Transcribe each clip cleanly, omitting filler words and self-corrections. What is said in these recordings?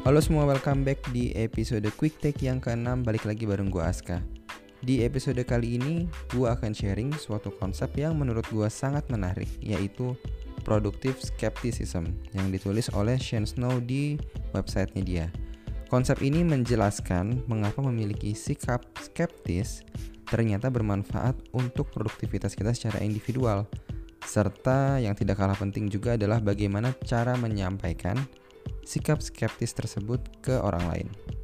Halo semua, welcome back di episode Quick Take yang ke-6. Balik lagi bareng gue Aska. Di episode kali ini gue akan sharing suatu konsep yang menurut gue sangat menarik, yaitu Productive Skepticism yang ditulis oleh Shane Snow di websitenya dia. Konsep ini menjelaskan mengapa memiliki sikap skeptis ternyata bermanfaat untuk produktivitas kita secara individual, serta yang tidak kalah penting juga adalah bagaimana cara menyampaikan sikap skeptis tersebut ke orang lain.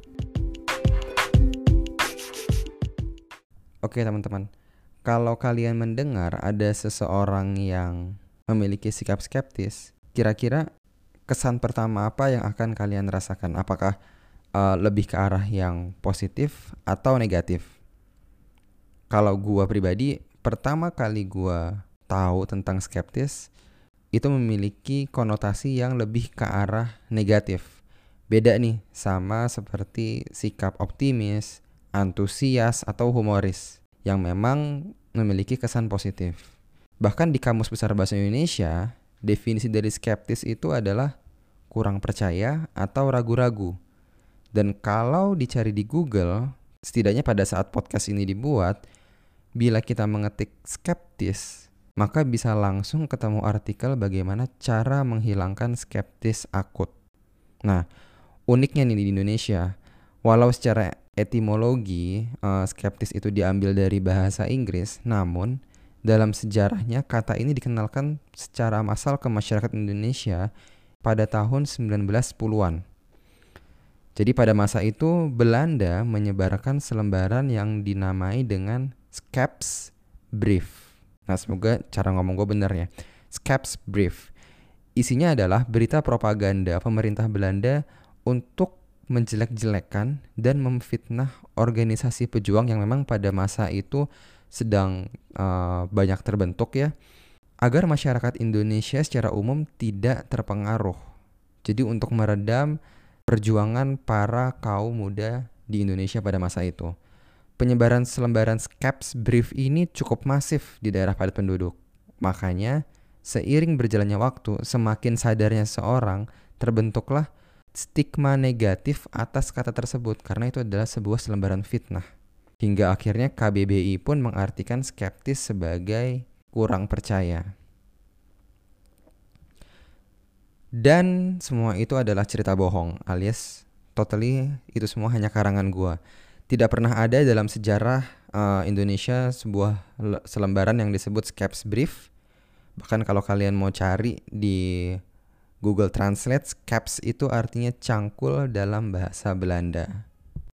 Oke teman-teman, kalau kalian mendengar ada seseorang yang memiliki sikap skeptis, kira-kira kesan pertama apa yang akan kalian rasakan? Apakah lebih ke arah yang positif atau negatif? Kalau gua pribadi, pertama kali gua tahu tentang skeptis, itu memiliki konotasi yang lebih ke arah negatif. Beda nih sama seperti sikap optimis, antusias, atau humoris yang memang memiliki kesan positif. Bahkan di Kamus Besar Bahasa Indonesia, definisi dari skeptis itu adalah kurang percaya atau ragu-ragu. Dan kalau dicari di Google, setidaknya pada saat podcast ini dibuat, bila kita mengetik skeptis, maka bisa langsung ketemu artikel bagaimana cara menghilangkan skeptis akut. Nah, uniknya nih di Indonesia, walau secara etimologi skeptis itu diambil dari bahasa Inggris, namun dalam sejarahnya kata ini dikenalkan secara massal ke masyarakat Indonesia pada tahun 1910-an. Jadi pada masa itu Belanda menyebarkan selembaran yang dinamai dengan Skepsbrief. Nah, semoga cara ngomong gue benar ya. Skepsbrief. Isinya adalah berita propaganda pemerintah Belanda untuk menjelek-jelekan dan memfitnah organisasi pejuang yang memang pada masa itu sedang banyak terbentuk ya, agar masyarakat Indonesia secara umum tidak terpengaruh. Jadi untuk meredam perjuangan para kaum muda di Indonesia pada masa itu. Penyebaran selembaran Skepsbrief ini cukup masif di daerah padat penduduk. Makanya, seiring berjalannya waktu, semakin sadarnya seorang, terbentuklah stigma negatif atas kata tersebut karena itu adalah sebuah selembaran fitnah. Hingga akhirnya KBBI pun mengartikan skeptis sebagai kurang percaya. Dan semua itu adalah cerita bohong, alias totally itu semua hanya karangan gua. Tidak pernah ada dalam sejarah Indonesia sebuah selembaran yang disebut Skepsbrief. Bahkan kalau kalian mau cari di Google Translate, Skeps itu artinya cangkul dalam bahasa Belanda.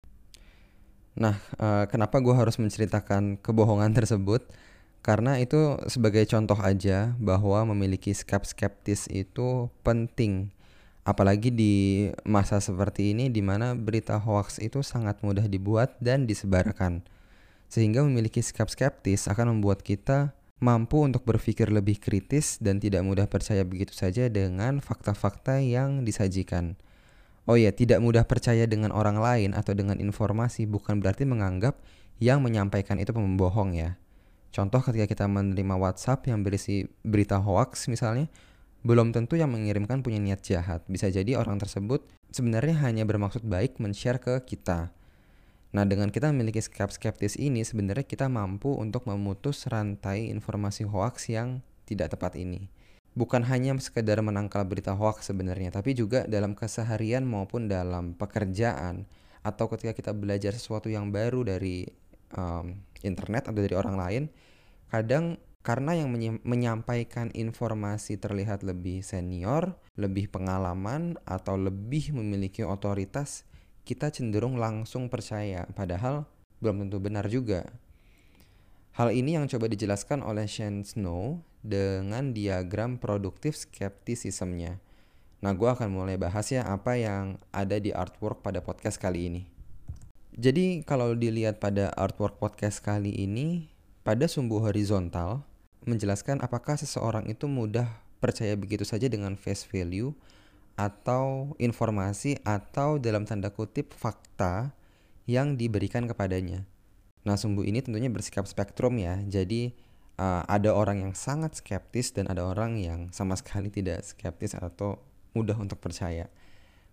Nah, kenapa gue harus menceritakan kebohongan tersebut? Karena itu sebagai contoh aja bahwa memiliki sikap skeptis itu penting. Apalagi di masa seperti ini di mana berita hoax itu sangat mudah dibuat dan disebarkan. Sehingga memiliki sikap skeptis akan membuat kita mampu untuk berpikir lebih kritis dan tidak mudah percaya begitu saja dengan fakta-fakta yang disajikan. Oh iya, tidak mudah percaya dengan orang lain atau dengan informasi bukan berarti menganggap yang menyampaikan itu pembohong ya. Contoh ketika kita menerima WhatsApp yang berisi berita hoax misalnya, belum tentu yang mengirimkan punya niat jahat. Bisa jadi orang tersebut sebenarnya hanya bermaksud baik men-share ke kita. Nah, dengan kita memiliki sikap skeptis ini, sebenarnya kita mampu untuk memutus rantai informasi hoax yang tidak tepat ini. Bukan hanya sekedar menangkal berita hoax sebenarnya, tapi juga dalam keseharian maupun dalam pekerjaan, atau ketika kita belajar sesuatu yang baru dari internet atau dari orang lain, kadang karena yang menyampaikan informasi terlihat lebih senior, lebih pengalaman, atau lebih memiliki otoritas, kita cenderung langsung percaya, padahal belum tentu benar juga. Hal ini yang coba dijelaskan oleh Shane Snow dengan diagram produktif skepticism-nya. Nah, gue akan mulai bahas ya apa yang ada di artwork pada podcast kali ini. Jadi, kalau dilihat pada artwork podcast kali ini, pada sumbu horizontal, menjelaskan apakah seseorang itu mudah percaya begitu saja dengan face value atau informasi atau dalam tanda kutip fakta yang diberikan kepadanya. Nah, sumbu ini tentunya bersikap spektrum ya. Jadi ada orang yang sangat skeptis dan ada orang yang sama sekali tidak skeptis atau mudah untuk percaya.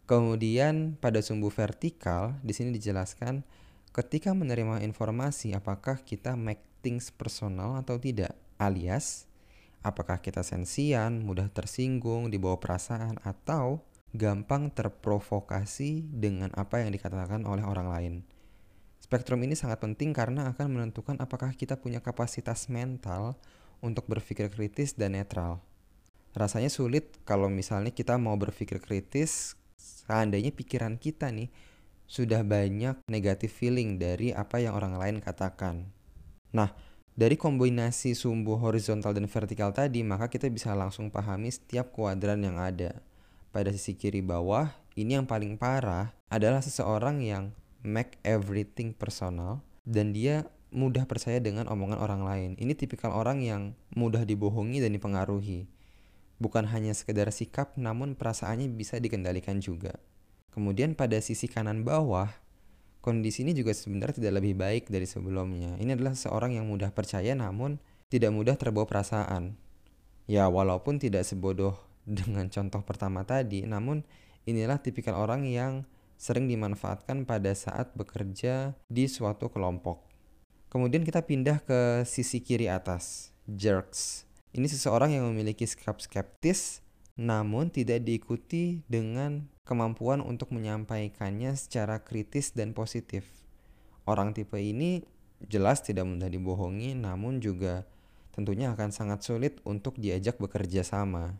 Kemudian pada sumbu vertikal di sini dijelaskan ketika menerima informasi apakah kita make things personal atau tidak, alias apakah kita sensian, mudah tersinggung, dibawa perasaan, atau gampang terprovokasi dengan apa yang dikatakan oleh orang lain. Spektrum ini sangat penting karena akan menentukan apakah kita punya kapasitas mental untuk berpikir kritis dan netral. Rasanya sulit kalau misalnya kita mau berpikir kritis, seandainya pikiran kita nih sudah banyak negative feeling dari apa yang orang lain katakan. Nah, dari kombinasi sumbu horizontal dan vertikal tadi, maka kita bisa langsung pahami setiap kuadran yang ada. Pada sisi kiri bawah, ini yang paling parah adalah seseorang yang make everything personal dan dia mudah percaya dengan omongan orang lain. Ini tipikal orang yang mudah dibohongi dan dipengaruhi. Bukan hanya sekedar sikap, namun perasaannya bisa dikendalikan juga. Kemudian pada sisi kanan bawah, kondisi ini juga sebenarnya tidak lebih baik dari sebelumnya. Ini adalah seorang yang mudah percaya namun tidak mudah terbawa perasaan. Ya, walaupun tidak sebodoh dengan contoh pertama tadi, namun inilah tipikal orang yang sering dimanfaatkan pada saat bekerja di suatu kelompok. Kemudian kita pindah ke sisi kiri atas, jerks. Ini seseorang yang memiliki sikap skeptis namun tidak diikuti dengan kemampuan untuk menyampaikannya secara kritis dan positif. Orang tipe ini jelas tidak mudah dibohongi namun juga tentunya akan sangat sulit untuk diajak bekerja sama.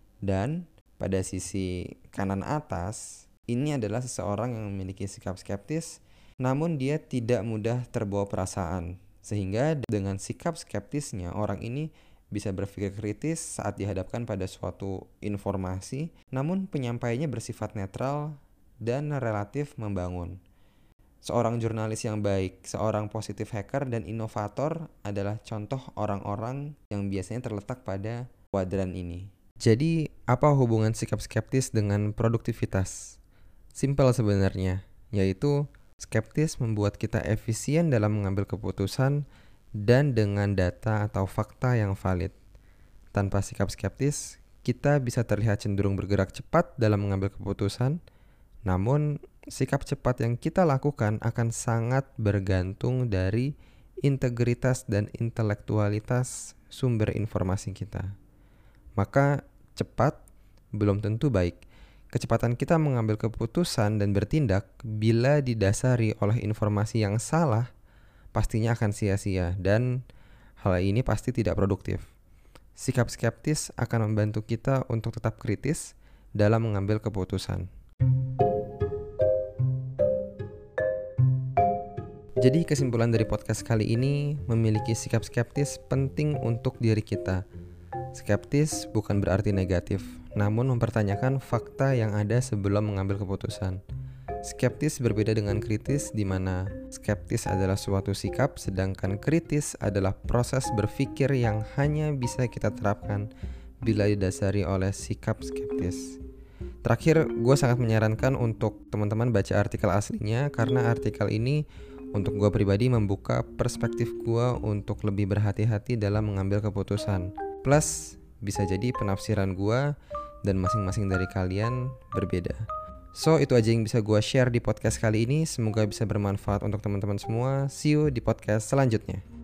Dan pada sisi kanan atas, ini adalah seseorang yang memiliki sikap skeptis, namun dia tidak mudah terbawa perasaan. Sehingga dengan sikap skeptisnya, orang ini bisa berpikir kritis saat dihadapkan pada suatu informasi, namun penyampaiannya bersifat netral dan relatif membangun. Seorang jurnalis yang baik, seorang positif hacker dan inovator adalah contoh orang-orang yang biasanya terletak pada kuadran ini. Jadi, apa hubungan sikap skeptis dengan produktivitas? Simpel sebenarnya, yaitu skeptis membuat kita efisien dalam mengambil keputusan dan dengan data atau fakta yang valid. Tanpa sikap skeptis, kita bisa terlihat cenderung bergerak cepat dalam mengambil keputusan, namun sikap cepat yang kita lakukan akan sangat bergantung dari integritas dan intelektualitas sumber informasi kita. Maka cepat belum tentu baik. Kecepatan kita mengambil keputusan dan bertindak bila didasari oleh informasi yang salah pastinya akan sia-sia dan hal ini pasti tidak produktif. Sikap skeptis akan membantu kita untuk tetap kritis dalam mengambil keputusan. Jadi kesimpulan dari podcast kali ini, memiliki sikap skeptis penting untuk diri kita. Skeptis bukan berarti negatif, namun mempertanyakan fakta yang ada sebelum mengambil keputusan. Skeptis berbeda dengan kritis, di mana skeptis adalah suatu sikap, sedangkan kritis adalah proses berpikir yang hanya bisa kita terapkan bila didasari oleh sikap skeptis. Terakhir, gue sangat menyarankan untuk teman-teman baca artikel aslinya, karena artikel ini untuk gue pribadi membuka perspektif gue untuk lebih berhati-hati dalam mengambil keputusan. Plus, bisa jadi penafsiran gue dan masing-masing dari kalian berbeda. So, itu aja yang bisa gue share di podcast kali ini. Semoga bisa bermanfaat untuk teman-teman semua. See you di podcast selanjutnya.